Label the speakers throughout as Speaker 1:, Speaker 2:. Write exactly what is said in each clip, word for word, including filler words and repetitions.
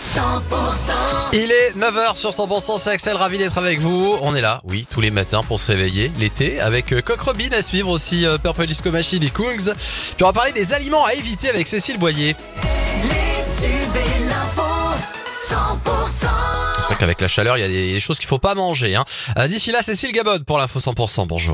Speaker 1: cent pour cent.
Speaker 2: Il est neuf heures sur cent pour cent, c'est Axel, ravi d'être avec vous. On est là, oui, tous les matins pour se réveiller l'été avec euh, Coq Robin à suivre, aussi euh, Purple Disco Machine et Kungs. Puis on va parler des aliments à éviter avec Cécile Boyer.
Speaker 1: Les tubes et l'info, cent pour cent.
Speaker 2: C'est vrai qu'avec la chaleur, il y a des, des choses qu'il faut pas manger. Hein. Euh, d'ici là, Cécile Gabod pour l'info cent pour cent, bonjour.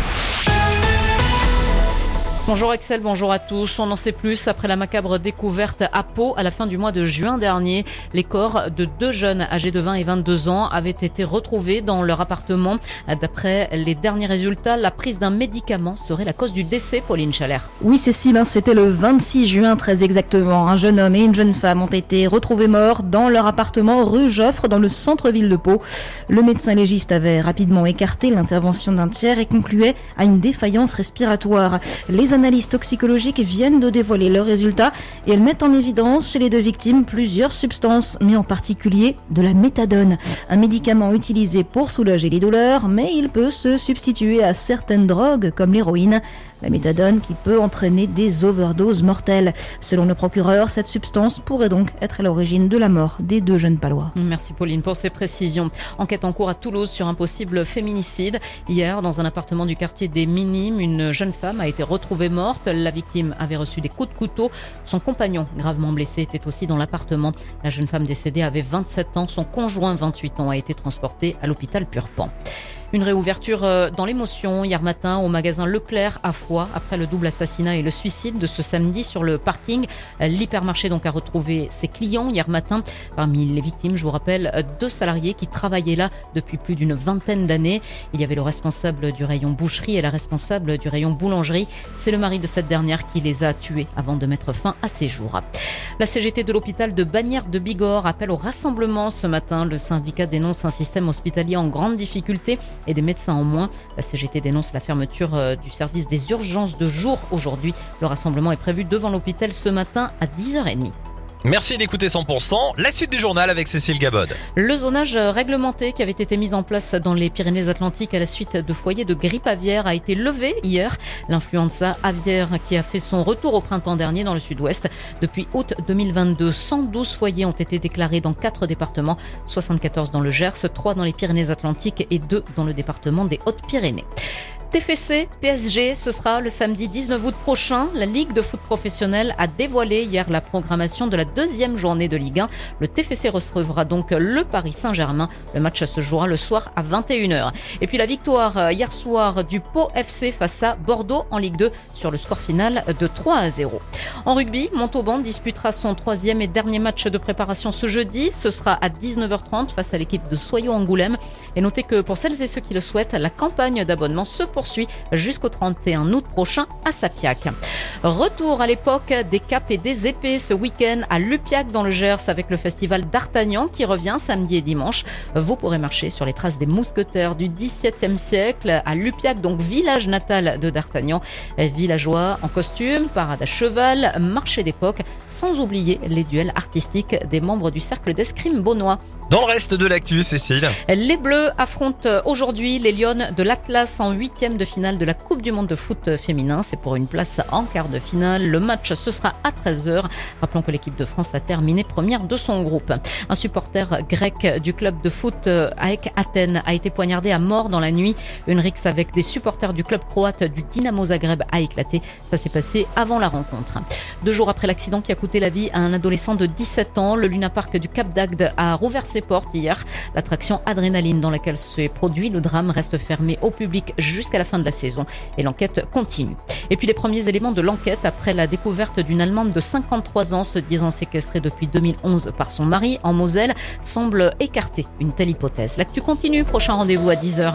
Speaker 3: Bonjour Axel, bonjour à tous. On en sait plus après la macabre découverte à Pau à la fin du mois de juin dernier. Les corps de deux jeunes âgés de vingt et vingt-deux ans avaient été retrouvés dans leur appartement. D'après les derniers résultats, la prise d'un médicament serait la cause du décès, Pauline Chalère.
Speaker 4: Oui Cécile, hein, c'était le vingt-six juin très exactement. Un jeune homme et une jeune femme ont été retrouvés morts dans leur appartement rue Joffre dans le centre-ville de Pau. Le médecin légiste avait rapidement écarté l'intervention d'un tiers et concluait à une défaillance respiratoire. Les analyses toxicologiques viennent de dévoiler leurs résultats et elles mettent en évidence chez les deux victimes plusieurs substances, mais en particulier de la méthadone, un médicament utilisé pour soulager les douleurs, mais il peut se substituer à certaines drogues comme l'héroïne. La méthadone qui peut entraîner des overdoses mortelles. Selon le procureur, cette substance pourrait donc être à l'origine de la mort des deux jeunes palois.
Speaker 3: Merci Pauline pour ces précisions. Enquête en cours à Toulouse sur un possible féminicide. Hier, dans un appartement du quartier des Minimes, une jeune femme a été retrouvée morte. La victime avait reçu des coups de couteau. Son compagnon, gravement blessé, était aussi dans l'appartement. La jeune femme décédée avait vingt-sept ans. Son conjoint, vingt-huit ans, a été transporté à l'hôpital Purpan. Une réouverture dans l'émotion hier matin au magasin Leclerc à Foix après le double assassinat et le suicide de ce samedi sur le parking. L'hypermarché donc a retrouvé ses clients hier matin. Parmi les victimes, je vous rappelle, deux salariés qui travaillaient là depuis plus d'une vingtaine d'années. Il y avait le responsable du rayon boucherie et la responsable du rayon boulangerie. C'est le mari de cette dernière qui les a tués avant de mettre fin à ses jours. La C G T de l'hôpital de Bagnères de Bigorre appelle au rassemblement ce matin. Le syndicat dénonce un système hospitalier en grande difficulté et des médecins en moins. La C G T dénonce la fermeture du service des urgences de jour aujourd'hui. Le rassemblement est prévu devant l'hôpital ce matin à dix heures trente.
Speaker 2: Merci d'écouter cent pour cent. La suite du journal avec Cécile Gabod.
Speaker 3: Le zonage réglementé qui avait été mis en place dans les Pyrénées-Atlantiques à la suite de foyers de grippe aviaire a été levé hier. L'influenza aviaire qui a fait son retour au printemps dernier dans le sud-ouest. Depuis août deux mille vingt-deux, cent douze foyers ont été déclarés dans quatre départements, soixante-quatorze dans le Gers, trois dans les Pyrénées-Atlantiques et deux dans le département des Hautes-Pyrénées. T F C P S G, ce sera le samedi dix-neuf août prochain. La Ligue de foot professionnelle a dévoilé hier la programmation de la deuxième journée de Ligue un. Le T F C recevra donc le Paris Saint-Germain. Le match se jouera le soir à vingt et une heures. Et puis la victoire hier soir du Pau F C face à Bordeaux en Ligue deux sur le score final de trois à zéro. En rugby, Montauban disputera son troisième et dernier match de préparation ce jeudi. Ce sera à dix-neuf heures trente face à l'équipe de Soyaux-Angoulême. Et notez que pour celles et ceux qui le souhaitent, la campagne d'abonnement se poursuit jusqu'au trente et un août prochain à Sapiac. Retour à l'époque des capes et des épées ce week-end à Lupiac dans le Gers avec le festival d'Artagnan qui revient samedi et dimanche. Vous pourrez marcher sur les traces des mousquetaires du dix-septième siècle à Lupiac, donc village natal de D'Artagnan. Villageois en costume, parade à cheval, marché d'époque, sans oublier les duels artistiques des membres du cercle d'escrime beaunois.
Speaker 2: Dans le reste de l'actu, Cécile.
Speaker 3: Les Bleus affrontent aujourd'hui les Lions de l'Atlas en huitième de finale de la Coupe du monde de foot féminin. C'est pour une place en quart de finale. Le match, ce sera à treize heures. Rappelons que l'équipe de France a terminé première de son groupe. Un supporter grec du club de foot A E K Athènes a été poignardé à mort dans la nuit. Une rixe avec des supporters du club croate du Dinamo Zagreb a éclaté. Ça s'est passé avant la rencontre. Deux jours après l'accident qui a coûté la vie à un adolescent de dix-sept ans, le Luna Park du Cap d'Agde a rouvert ses portes hier. L'attraction Adrénaline dans laquelle s'est produit le drame reste fermée au public jusqu'à la fin de la saison et l'enquête continue. Et puis les premiers éléments de l'enquête après la découverte d'une Allemande de cinquante-trois ans se disant séquestrée depuis deux mille onze par son mari en Moselle semblent écarter une telle hypothèse. L'actu continue, prochain rendez-vous à dix heures.